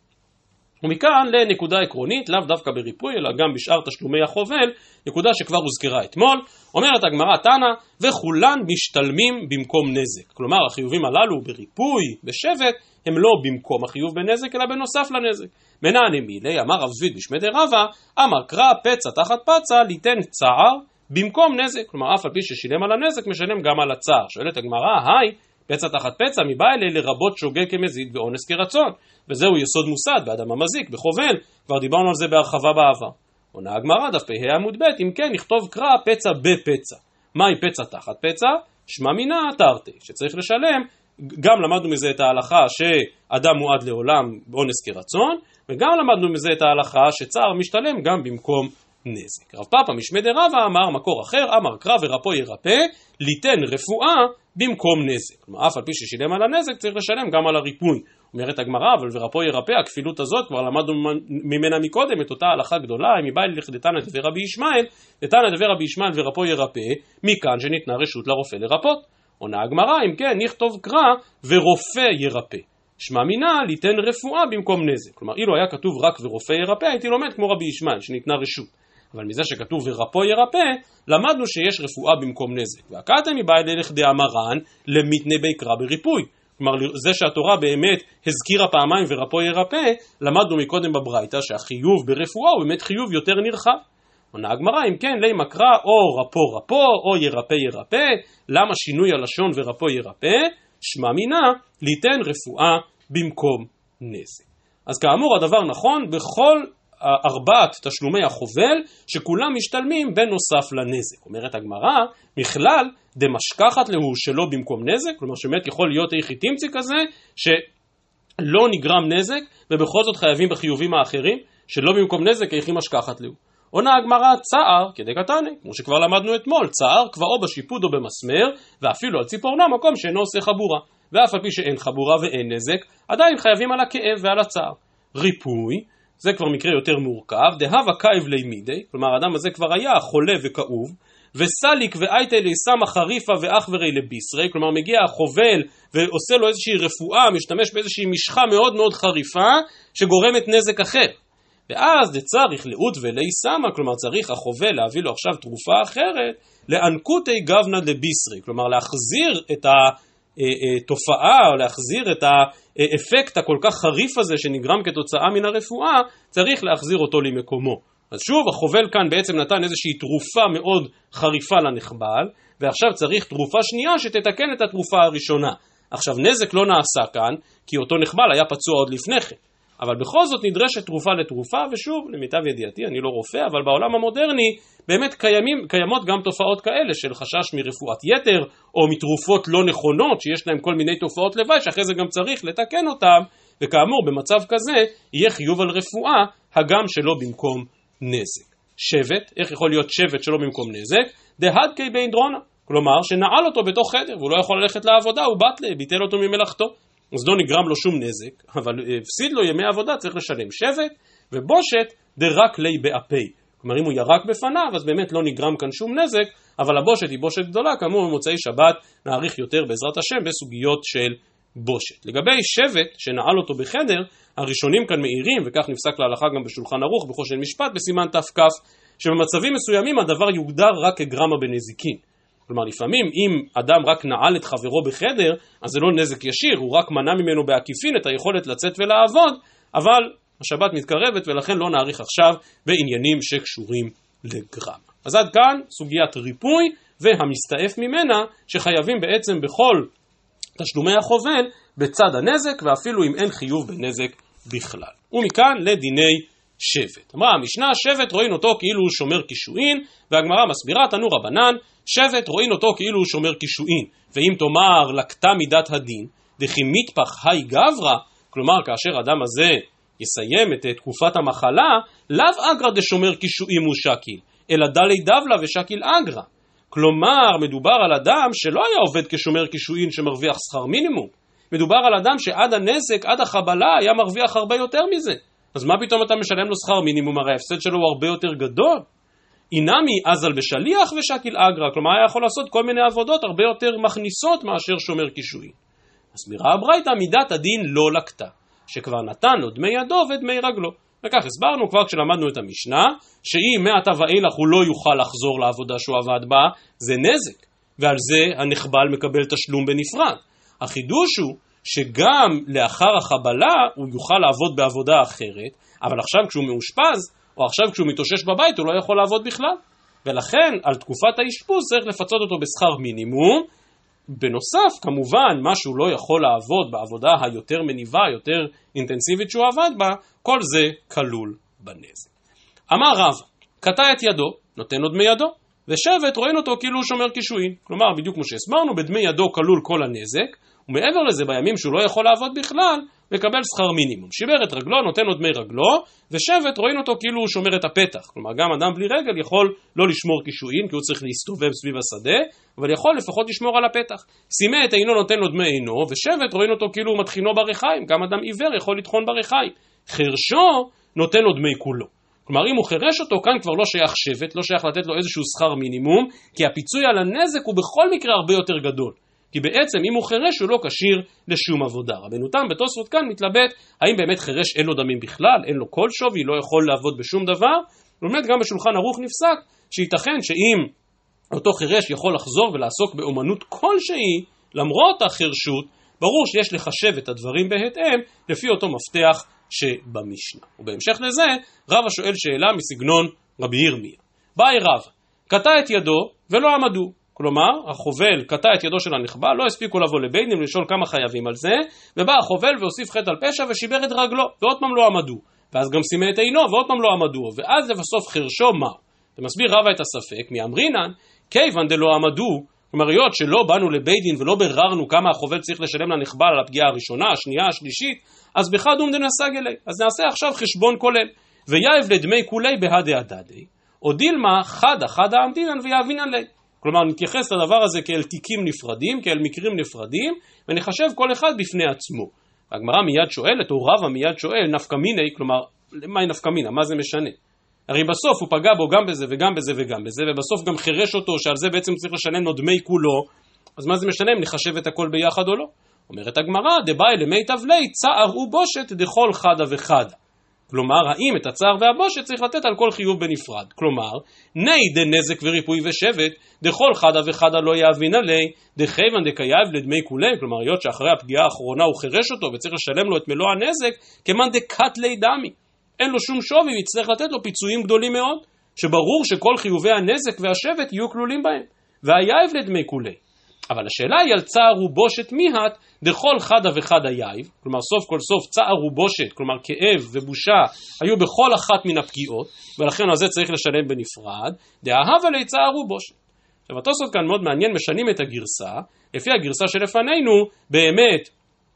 ומכאן לנקודה עקרונית, לאו דווקא בריפוי אלא גם בשאר תשלומי החובל, נקודה שכבר הוזכרה אתמול. אומרת הגמרא תנא, וכולן משתלמים במקום נזק. כלומר החיובים הללו בריפוי, בשבט, הם לא במקום החיוב בנזק אלא בנוסף לנזק. מנעני מילי, אמר רב זביד בשמי דרבא, אמר קרא פצע תחת פצע ליתן צער במקום נזק. כלומר אף על פי ששילם על הנזק משלם גם על הצער. שואלת הגמרא, היי, פצע תחת פצע מבא אלי לרבות שוגג כמזיד ואונס כרצון, וזהו יסוד מוסד באדם המזיק בחובל, כבר דיברנו על זה בהרחבה בעבר. עונה הגמרא דף פ"ה עמוד ב', אם כן נכתוב קרא פצע בפצע. מהי פצע תחת פצע? שמע מינה תרתי, שצריך לשלם. גם למדנו מזה את ההלכה שאדם מועד לעולם באונס כרצון, וגם למדנו מזה את ההלכה שצער משתלם גם במקום נזק. רב פאפא משמי דרבא אמר מקור אחר, אמר קרא ורפו ירפא, ליתן רפואה במקום נזק. כלומר, אף על פי ששילם על הנזק צריך לשלם גם על הריפוי. אומרת הגמרא, אבל ורפו ירפא, הכפילות הזאת כבר למדנו ממנה מקודם את אותה הלכה גדולה, אם היא באה לכדתנא דבי רבי ישמעאל, דתנא דבי רבי ישמעאל ורפו ירפא, מכאן שניתנה רשות לרופא לרפות. עונה הגמרא, אם כן נכתוב קרא ורופא ירפא. שמע מינה ליתן רפואה במקום נזק. כלומר, אילו היה כתוב רק ורופא ירפא, הייתי לומד כמו רבי ישמעאל שניתנה רשות. אבל מזה שכתוב ורפו ירפא, למדנו שיש רפואה במקום נזק. והקאתם היא באה לכדי אמרן למתנה ביקרא בריפוי. כלומר, זה שהתורה באמת הזכירה פעמיים ורפו ירפא, למדנו מקודם בברייתא שהחיוב ברפואה הוא באמת חיוב יותר נרחב. עונה הגמרא, אם כן, לי מקרא או רפו רפו או ירפא ירפא, למה שינוי הלשון ורפו ירפא? שמע מינה ליתן רפואה במקום נזק. אז כאמור הדבר נכון בכל ארבעת תשלומי החובל שכולם משתלמים בנוסף לנזק. אומרת הגמרא, מכלל דמשכחת להו שלא במקום נזק, כלומר שבאמת יכול להיות איכי תמצי כזה שלא נגרם נזק ובכל זאת חייבים בחיובים האחרים שלא במקום נזק איכי משכחת להו. עונה הגמרא צער כדי קטני, כמו שכבר למדנו אתמול, צער כבר או בשיפוד או במסמר ואפילו על ציפורנה מקום שאינו עושה חבורה, ואף על פי שאין חבורה ואין נזק עדיין חייבים על הכאב ועל הצער. ריפוי זה כבר מקרה יותר מורכב, דהבה כאב לימידי, כלומר האדם הזה כבר היה חולה וכאוב, וסליק ואייטי ליסמה חריפה ואחברי לביסרי, כלומר מגיע החובל ועושה לו איזושהי רפואה, משתמש באיזושהי משחה מאוד מאוד חריפה שגורמת נזק אחר. ואז דצריך לאות וליסמה, כלומר צריך החובל להביא לו עכשיו תרופה אחרת, לאנקוטי גבנה לביסרי, כלומר להחזיר את התופעה או להחזיר את האפקט הכל כך חריף הזה שנגרם כתוצאה מן הרפואה, צריך להחזיר אותו למקומו. אז שוב החובל כאן בעצם נתן איזושהי תרופה מאוד חריפה לנחבל, ועכשיו צריך תרופה שנייה שתתקן את התרופה הראשונה. עכשיו נזק לא נעשה כאן כי אותו נחבל היה פצוע עוד לפני כן, אבל בכל זאת נדרשת תרופה לתרופה, ושוב, למיטב ידיעתי, אני לא רופא, אבל בעולם המודרני באמת קיימים, קיימות גם תופעות כאלה של חשש מרפואת יתר, או מתרופות לא נכונות, שיש להם כל מיני תופעות לוואי, שאחרי זה גם צריך לתקן אותם, וכאמור, במצב כזה, יהיה חיוב על רפואה, הגם שלא במקום נזק. שבט, איך יכול להיות שבט שלא במקום נזק? דהדקי בין דרונה, כלומר, שנעל אותו בתוך חדר, והוא לא יכול ללכת לעבודה, הוא בטלה, ביטל אותו ממלאכתו. אז לא נגרם לו שום נזק, אבל הפסיד לו ימי עבודה, צריך לשלם שבט, ובושת דרק לי באפי. כלומר אם הוא ירק בפניו אז באמת לא נגרם כאן שום נזק, אבל הבושת היא בושת גדולה, כאמור במוצאי שבת נאריך יותר בעזרת השם בסוגיות של בושת. לגבי שבט שנעל אותו בחדר, הראשונים כאן מאירים, וכך נפסק להלכה גם בשולחן ערוך בחושן משפט בסימן ת"כ, שבמצבים מסוימים הדבר יוגדר רק כגרמה בנזיקין. כלומר לפעמים אם אדם רק נעל את חברו בחדר, אז זה לא נזק ישיר, הוא רק מנע ממנו בעקיפין את היכולת לצאת ולעבוד, אבל השבת מתקרבת ולכן לא נאריך עכשיו בעניינים שקשורים לגרמה. אז עד כאן סוגיית ריפוי והמסתעף ממנה, שחייבים בעצם בכל תשלומי החובל בצד הנזק, ואפילו אם אין חיוב בנזק בכלל. ומכאן לדיני שבט. אמרה המשנה, שבט רואים אותו כאילו הוא שומר קישואין, והגמרא מסבירה תנו רבנן, שבט רואים אותו כאילו הוא שומר קישואין, ואם תאמר לקטה מידת הדין, דכי מתפח היי גברא, כלומר כאשר אדם הזה יסיים את תקופת המחלה, לאו אגרא דשומר קישואין הוא שקיל, אלא דלי דבלה ושקיל אגרא. כלומר מדובר על אדם שלא היה עובד כשומר קישואין שמרוויח שכר מינימום, מדובר על אדם שעד הנזק, עד החבלה היה מרוויח הרבה יותר מזה. אז מה פתאום אתה משלם לו שכר מינימום? הרי ההפסד שלו הוא הרבה יותר גדול. אינמי אזל בשליח ושקיל אגרא, כלומר היה יכול לעשות כל מיני עבודות הרבה יותר מכניסות מאשר שומר קישואין. מסבירה הברייתא, מידת הדין לא לקטה, שכבר נתן לו דמי ידו ודמי רגלו. וכך הסברנו כבר כשלמדנו את המשנה, שאם מעתה ואילך הוא לא יוכל לחזור לעבודה שהוא עבד בה, זה נזק, ועל זה הנחבל מקבל תשלום בנפרד. החידוש הוא שגם לאחר החבלה הוא יוכל לעבוד בעבודה אחרת, אבל עכשיו כשהוא מאושפז, או עכשיו כשהוא מתאושש בבית, הוא לא יכול לעבוד בכלל. ולכן על תקופת האשפוז צריך לפצות אותו בשכר מינימום. בנוסף, כמובן, מה שהוא לא יכול לעבוד בעבודה היותר מניבה, יותר אינטנסיבית שהוא עבד בה, כל זה כלול בנזק. אמר רב, קטע את ידו, נותן לו דמי ידו, ושבט רואים אותו כאילו הוא שומר קישואין. כלומר, בדיוק כמו שהסברנו, בדמי ידו כלול כל הנזק, ומעבר לזה, בימים שהוא לא יכול לעבוד בכלל, מקבל שכר מינימום. שיבר את רגלו, נותן לו דמי רגלו, ושבט רואים אותו כאילו הוא שומר את הפתח. כלומר, גם אדם בלי רגל יכול לא לשמור קישואין, כי הוא צריך להסתובב סביב השדה, אבל יכול לפחות לשמור על הפתח. שימה את עינו, נותן לו דמי עינו, ושבט רואים אותו כאילו הוא מתחינו ברחיים. גם אדם עיוור יכול לטחון ברחיים. חרשו נותן לו דמי כולו. כלומר, אם הוא חרש אותו, כאן כבר לא שייך שבט, לא שייך לתת לו איזשהו שכר מינימום, כי הפיצוי על הנזק הוא בכל מקרה הרבה יותר גדול. כי בעצם אם הוא חרש הוא לא כשיר לשום עבודה. רבנו תם בתוספות כאן מתלבט, האם באמת חרש אין לו דמים בכלל, אין לו כל שווי, לא יכול לעבוד בשום דבר. באמת גם בשולחן ערוך נפסק, שייתכן שאם אותו חרש יכול לחזור ולעסוק באומנות כלשהי, למרות החרשות, ברור שיש לחשב את הדברים בהתאם, לפי אותו מפתח שבמשנה. ובהמשך לזה, רב השואל שאלה מסגנון רבי ירמיה. באי רב, קטע את ידו ולא עמדו. כלומר, החובל קטע את ידו של הנחבל, לא הספיקו לבוא לבית דין לשאול כמה חייבים על זה, ובא החובל והוסיף חטא על פשע ושיבר את רגלו, ועוד פעם לא עמדו. ואז גם סימא את עינו, ועוד פעם לא עמדו. ואז לבסוף חרשו מה? ומסביר רבא את הספק, מאמרינן, כיוון דלא עמדו, כלומר, היות שלא באנו לבית דין ולא בררנו כמה החובל צריך לשלם לנחבל על הפגיעה הראשונה, השנייה, השלישית, אז בחדום דנסג אלי. אז נעשה עכשיו חשבון כולל. ויאב לדמי כולי בהדה הדדי, או דילמה חדה חדה אמתינן ויאבינן לי. כלומר, נתייחס לדבר הזה כאל תיקים נפרדים, כאל מקרים נפרדים, ונחשב כל אחד בפני עצמו. הגמרא מיד שואלת, או רבא מיד שואל, נפקא מיני, כלומר, מהי נפקא מינה? מה זה משנה? הרי בסוף הוא פגע בו גם בזה וגם בזה וגם בזה, ובסוף גם חירש אותו, שעל זה בעצם צריך לשלם לו דמי כולו, אז מה זה משנה אם נחשב את הכל ביחד או לא? אומרת הגמרא, דבאי למיטב לי, צער ובושת דכל חדה וחדה. כלומר, האם את הצער והבושת צריך לתת על כל חיוב בנפרד. כלומר, ני דנזק וריפוי ושבט, דכל חדה וחדה לא יאבין עלי, דחייבן דקייב לדמי כולי, כלומר, היות שאחרי הפגיעה האחרונה הוא חירש אותו וצריך לשלם לו את מלוא הנזק, כמן דקת לי דמי. אין לו שום שווי, ויצטרך לתת לו פיצויים גדולים מאוד, שברור שכל חיובי הנזק והשבט יהיו כלולים בהם. והייב לדמי כולי. אבל השאלה היא על צער ובושת מיהת דכל חדה וחדה יייב, כלומר סוף כל סוף צער ובושת, כלומר כאב ובושה, היו בכל אחת מן הפגיעות, ולכן על זה צריך לשלם בנפרד, דאהב עלי צער ובושת. עכשיו התוספות כאן מאוד מעניין, משנים את הגרסה, לפי הגרסה שלפנינו, באמת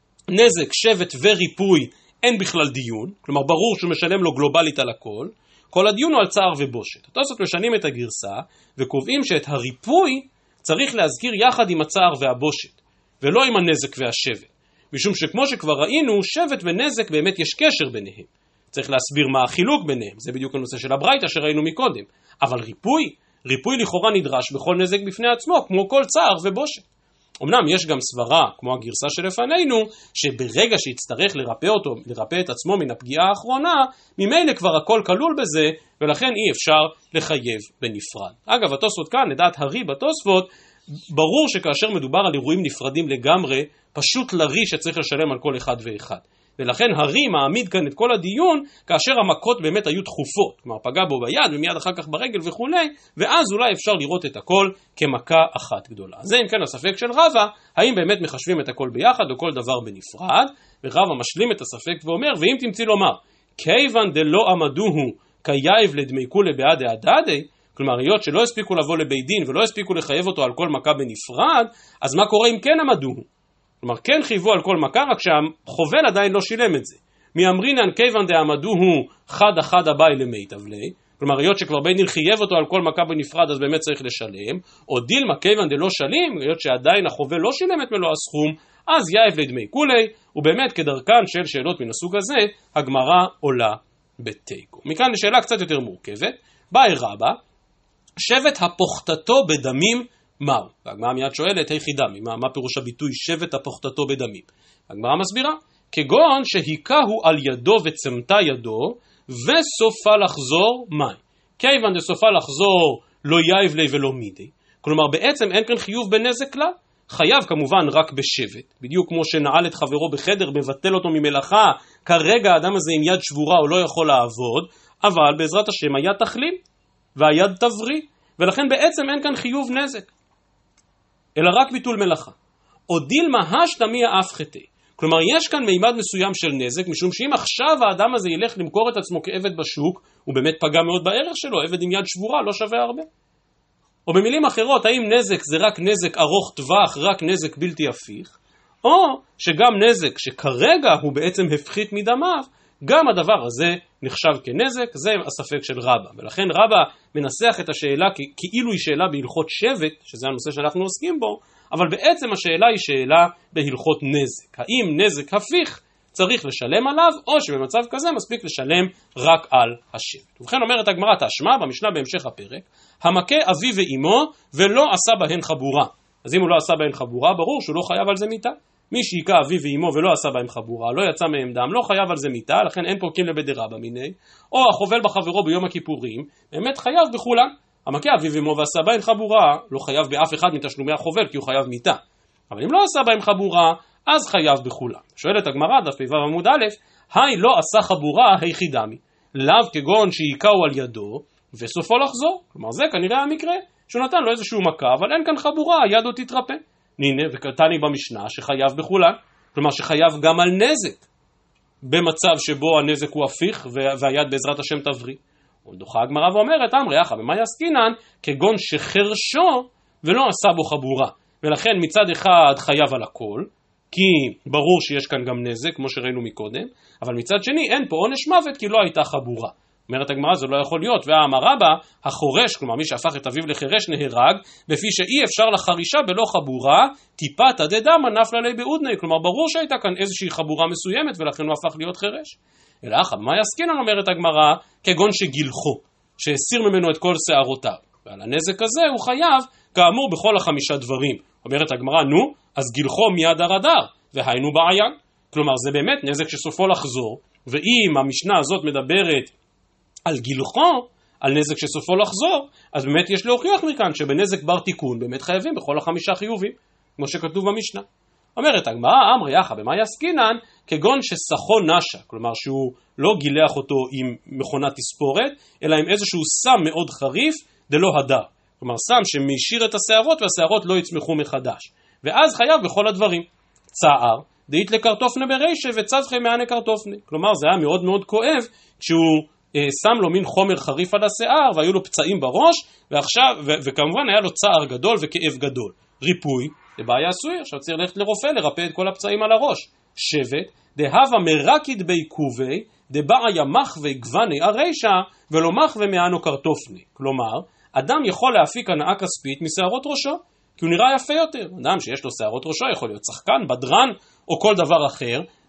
נזק, שבט וריפוי אין בכלל דיון, כלומר ברור שהוא משלם לו גלובלית על הכל, כל הדיון הוא על צער ובושת. התוספות משנים את הגרסה, וקובעים שאת הריפוי צריך להזכיר יחד עם הצער והבושת, ולא עם הנזק והשבט. משום שכמו שכבר ראינו, שבט ונזק באמת יש קשר ביניהם. צריך להסביר מה החילוק ביניהם, זה בדיוק הנושא של הברייתא שראינו מקודם. אבל ריפוי, ריפוי לכאורה נדרש בכל נזק בפני עצמו, כמו כל צער ובושת. אמנם יש גם סברה, כמו הגרסה שלפנינו, שברגע שיצטרך לרפא אותו, לרפא את עצמו מן הפגיעה האחרונה, ממילא כבר הכל כלול בזה, ולכן אי אפשר לחייב בנפרד. אגב, התוספות כאן, לדעת הרי בתוספות, ברור שכאשר מדובר על אירועים נפרדים לגמרי, פשוט לרי שצריך לשלם על כל אחד ואחד. ולכן הרי מעמיד כאן את כל הדיון, כאשר המכות באמת היו דחופות, כלומר פגע בו ביד ומיד אחר כך ברגל וכו', ואז אולי אפשר לראות את הכל כמכה אחת גדולה. זה אם כן הספק של רבא, האם באמת מחשבים את הכל ביחד או כל דבר בנפרד, ורבא משלים את הספק ואומר, ואם תמציא לומר, כיוון דלא עמדוהו כייב לדמי כולי בעד העדדי, כלומר, היות שלא הספיקו לבוא לבית דין ולא הספיקו לחייב אותו על כל מכה בנפרד, אז מה קורה אם כן עמדוהו? כלומר, כן חייבו על כל מכה, רק שהחובל עדיין לא שילם את זה. מי אמרינן כיוון דעמדוהו חד אחד הבאי למיטב לי, כלומר, היות שכבר בית דין חייב אותו על כל מכה בנפרד, אז באמת צריך לשלם, או דילמה כיוון דלא שלים, היות שעדיין החובל לא שילם את מלוא הסכום, אז יאיב לדמי כולי, ובאמת כדרכן של שאלות מן הסוג הזה, הגמרא עולה בתיקו. מכאן לשאלה קצת יותר מורכבת, באי רבא, שבט הפוחתתו בדמים מהו? והגמרא מיד שואלת, היכי דמי, מה, מה פירוש הביטוי שבט הפוחתתו בדמים? הגמרא מסבירה, כגון שהיקהו על ידו וצמתה ידו, וסופה לחזור מים. כיוון דסופה לחזור לא יאיב לי ולא מידי. כלומר בעצם אין כאן חיוב בנזק לה, חייב כמובן רק בשבט. בדיוק כמו שנעל את חברו בחדר, מבטל אותו ממלאכה, כרגע האדם הזה עם יד שבורה הוא לא יכול לעבוד, אבל בעזרת השם היד תחלים, והיד תבריא, ולכן בעצם אין כאן חיוב נזק, אלא רק ביטול מלאכה. או דילמה השתמיה אף חטא. כלומר, יש כאן מימד מסוים של נזק, משום שאם עכשיו האדם הזה ילך למכור את עצמו כעבד בשוק, הוא באמת פגע מאוד בערך שלו, עבד עם יד שבורה לא שווה הרבה. או במילים אחרות, האם נזק זה רק נזק ארוך טווח, רק נזק בלתי הפיך, או שגם נזק שכרגע הוא בעצם הפחית מדמיו, גם הדבר הזה נחשב כנזק, זה הספק של רבא. ולכן רבא מנסח את השאלה כאילו היא שאלה בהלכות שבט, שזה הנושא שאנחנו עוסקים בו, אבל בעצם השאלה היא שאלה בהלכות נזק. האם נזק הפיך צריך לשלם עליו, או שבמצב כזה מספיק לשלם רק על השבט. ובכן אומרת הגמרא תשמע במשנה בהמשך הפרק, המכה אבי ואימו ולא עשה בהן חבורה. אז אם הוא לא עשה בהן חבורה, ברור שהוא לא חייב על זה מיתה. מי שהיכה אבי ואימו ולא עשה בהם חבורה, לא יצא מהם דם, לא חייב על זה מיתה, לכן אין פורקים לבדרבא מיני, או החובל בחברו ביום הכיפורים, באמת חייב בכולם. המכה אבי ואימו ועשה בהם חבורה, לא חייב באף אחד מתשלומי החובל, כי הוא חייב מיתה. אבל אם לא עשה בהם חבורה, אז חייב בכולם. שואלת הגמרא, דף פ"ו עמוד א', היי לא עשה חבורה, היכי דמי. לאו כגון שהיכהו על ידו, וסופו לחזור. כלומר, זה כנראה המקרה, שהוא נתן לו איזשהו מכה, אבל אין כאן חבורה, היד עוד תתרפא. הנה, וכתני במשנה שחייב בכולן, כלומר שחייב גם על נזק, במצב שבו הנזק הוא הפיך והיד בעזרת השם תבריא. ודוחה הגמרא ואומרת, אמרי אחא במאי עסקינן, כגון שחרשו ולא עשה בו חבורה. ולכן מצד אחד חייב על הכל, כי ברור שיש כאן גם נזק, כמו שראינו מקודם, אבל מצד שני אין פה עונש מוות כי לא הייתה חבורה. אומרת הגמרא, זה לא יכול להיות, והאמר רבא, החורש, כלומר מי שהפך את אביו לחירש נהרג, בפי שאי אפשר לחרישה בלא חבורה, טיפת דדמא נפלה לי באודני, כלומר ברור שהייתה כאן איזושהי חבורה מסוימת, ולכן הוא הפך להיות חירש. אלא אחא במאי עסקינן, אומרת הגמרא, כגון שגילחו, שהסיר ממנו את כל שערותיו, ועל הנזק הזה הוא חייב, כאמור בכל החמישה דברים. אומרת הגמרא, נו, אז גילחו מיד הרדר, והיינו בעיה. כלומר זה באמת נזק שסופו לחזור, ואם המשנה הזאת מדברת על גילחו, על נזק שסופו לחזור, אז באמת יש להוכיח מכאן שבנזק בר תיקון באמת חייבים בכל החמישה חיובים, כמו שכתוב במשנה. אומרת הגמרא, אמרי אחא במאי עסקינן, כגון שסחו נשה, כלומר שהוא לא גילח אותו עם מכונת תספורת, אלא עם איזשהו סם מאוד חריף, דלא הדר. כלומר סם שמישיר את השערות והשערות לא יצמחו מחדש. ואז חייב בכל הדברים. צער, דאית לקרטופנה ברישה וצזחי מענה קרטופנה. כלומר זה היה מאוד מאוד כואב כשהוא שם לו מין חומר חריף על השיער, והיו לו פצעים בראש, ועכשיו, ו- וכמובן היה לו צער גדול וכאב גדול. ריפוי, זה בעיה עשוי, עכשיו צריך ללכת לרופא לרפא את כל הפצעים על הראש. שבט, דהבה מרקיד בי קובי, דבעיה מחווי גווני הרישה, ולא מחווי מענו קרטופני. כלומר, אדם יכול להפיק הנאה כספית משערות ראשו, כי הוא נראה יפה יותר. אדם שיש לו שערות ראשו יכול להיות שחקן, בדרן, או כל דבר אחר,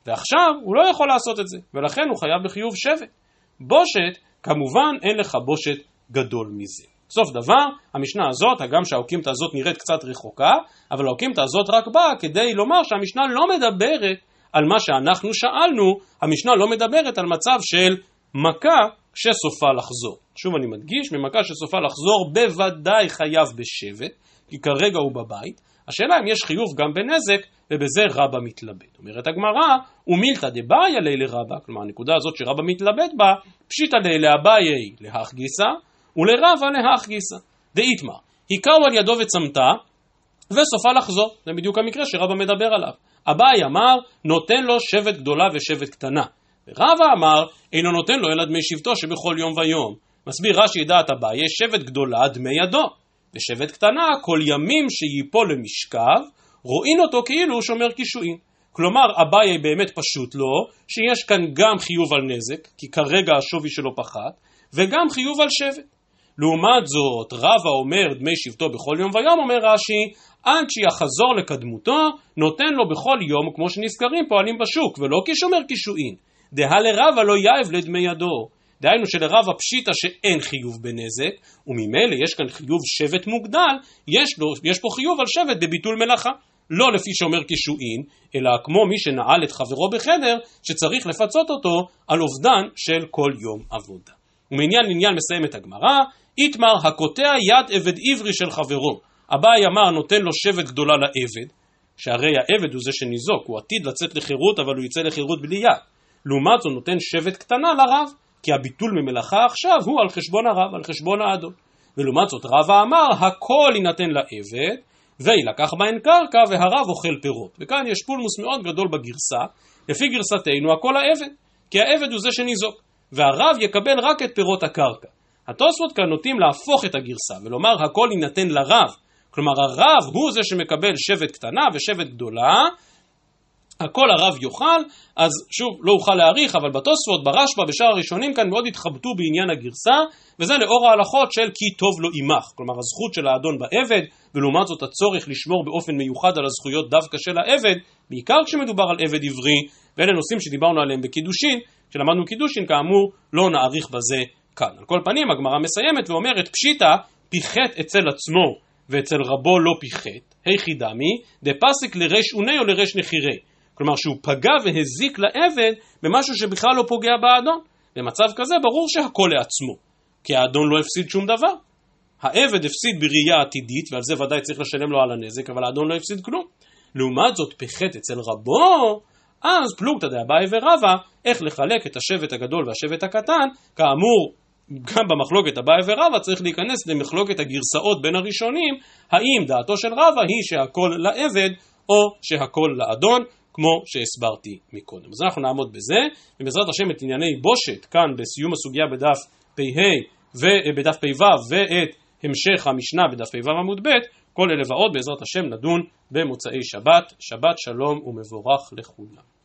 ועכשיו הוא לא יכול לעשות את זה, ולכן הוא חייב בחיוב שבט. בושת, כמובן אין לך בושת גדול מזה. בסוף דבר, המשנה הזאת, הגם שהאוקימתא הזאת נראית קצת רחוקה, אבל האוקימתא הזאת רק באה כדי לומר שהמשנה לא מדברת על מה שאנחנו שאלנו, המשנה לא מדברת על מצב של מכה שסופה לחזור. שוב אני מדגיש, ממכה שסופה לחזור בוודאי חייב בשבט, כי כרגע הוא בבית. השאלה אם יש חיוב גם בנזק, ובזה רבא מתלבט. אומרת הגמרא, ומילתא דבעיא ליה לרבא, כלומר הנקודה הזאת שרבא מתלבט בה, פשיטא ליה לאביי להך גיסא, ולרבא להך גיסא. דאיתמר, היכהו על ידו וצמתה, וסופה לחזור. זה בדיוק המקרה שרבא מדבר עליו. אביי אמר, נותן לו שבט גדולה ושבט קטנה. ורבא אמר, אינו נותן לו אלא דמי שבטו שבכל יום ויום. מסביר רש"י דעת אביי, שבט גדולה דמי ידו, ושבט קטנה כל ימים שיפול למשכב, רואים אותו כאילו הוא שומר קישואין. כלומר, אביי באמת פשוט לו, שיש כאן גם חיוב על נזק, כי כרגע השווי שלו פחת, וגם חיוב על שבט. לעומת זאת, רבא אומר דמי שבטו בכל יום ויום, אומר רש"י, עד שיחזור לקדמותו, נותן לו בכל יום, כמו שנזכרים פועלים בשוק, ולא כשומר קישואין. דהה לרבא לא יאב לדמי ידו. דהיינו שלרבא פשיטא שאין חיוב בנזק, וממילא יש כאן חיוב שבט מוגדל, יש, לו, יש פה חיוב על שבט בביטול מלאכה. לא לפי שאומר קישואין, אלא כמו מי שנעל את חברו בחדר, שצריך לפצות אותו על אובדן של כל יום עבודה. ומעניין לעניין מסיים את הגמרא, איתמר הקוטע יד עבד עברי של חברו. אביי אמר נותן לו שבט גדולה לעבד, שהרי העבד הוא זה שניזוק, הוא עתיד לצאת לחירות אבל הוא יצא לחירות בלי יד. לעומת זאת נותן שבט קטנה לרב, כי הביטול ממלאכה עכשיו הוא על חשבון הרב, על חשבון האדון. ולעומת זאת רבא אמר הכל יינתן לעבד, וילקח בהן קרקע והרב אוכל פירות. וכאן יש פולמוס מאוד גדול בגרסה, לפי גרסתנו הכל העבד, כי העבד הוא זה שניזוק, והרב יקבל רק את פירות הקרקע. התוספות כאן נוטים להפוך את הגרסה ולומר הכל יינתן לרב, כלומר הרב הוא זה שמקבל שבט קטנה ושבט גדולה, הכל הרב יאכל. אז שוב לא אוכל להאריך, אבל בתוספות ברשב"א בשאר הראשונים כאן מאוד התחבטו בעניין הגרסה, וזה לאור ההלכות של כי טוב לו עמך, כלומר הזכות של האדון בעבד, ולעומת זאת הצורך לשמור באופן מיוחד על הזכויות דווקא של העבד, בעיקר כשמדובר על עבד עברי, ואלה נושאים שדיברנו עליהם בקידושין. כשלמדנו קידושין כאמור לא נאריך בזה כאן. על כל פנים הגמרא מסיימת ואומרת פשיטא פיחת אצל עצמו ואצל רבו לא פיחת, היכי דמי דפסיק לרש עוני או לרש נחירי, כלומר שהוא פגע והזיק לעבד במשהו שבכלל לא פוגע באדון. במצב כזה ברור שהכל לעצמו, כי האדון לא הפסיד שום דבר. העבד הפסיד בראייה עתידית, ועל זה ודאי צריך לשלם לו על הנזק, אבל האדון לא הפסיד כלום. לעומת זאת פיחת אצל רבו, אז פלוגתא דאביי ורבא, איך לחלק את השבט הגדול והשבט הקטן. כאמור גם במחלוקת אביי ורבא צריך להיכנס למחלוקת הגרסאות בין הראשונים, האם דעתו של רבא היא שהכל לעבד או שהכל לאדון, כמו שהסברתי מקודם. אז אנחנו נעמוד בזה, ובעזרת השם את ענייני בושת כאן בסיום הסוגיה בדף פ"ה ובדף פ"ו ואת המשך המשנה בדף פ"ו עמוד ב', כל אלה ועוד בעזרת השם נדון במוצאי שבת. שבת שלום ומבורך לכולם.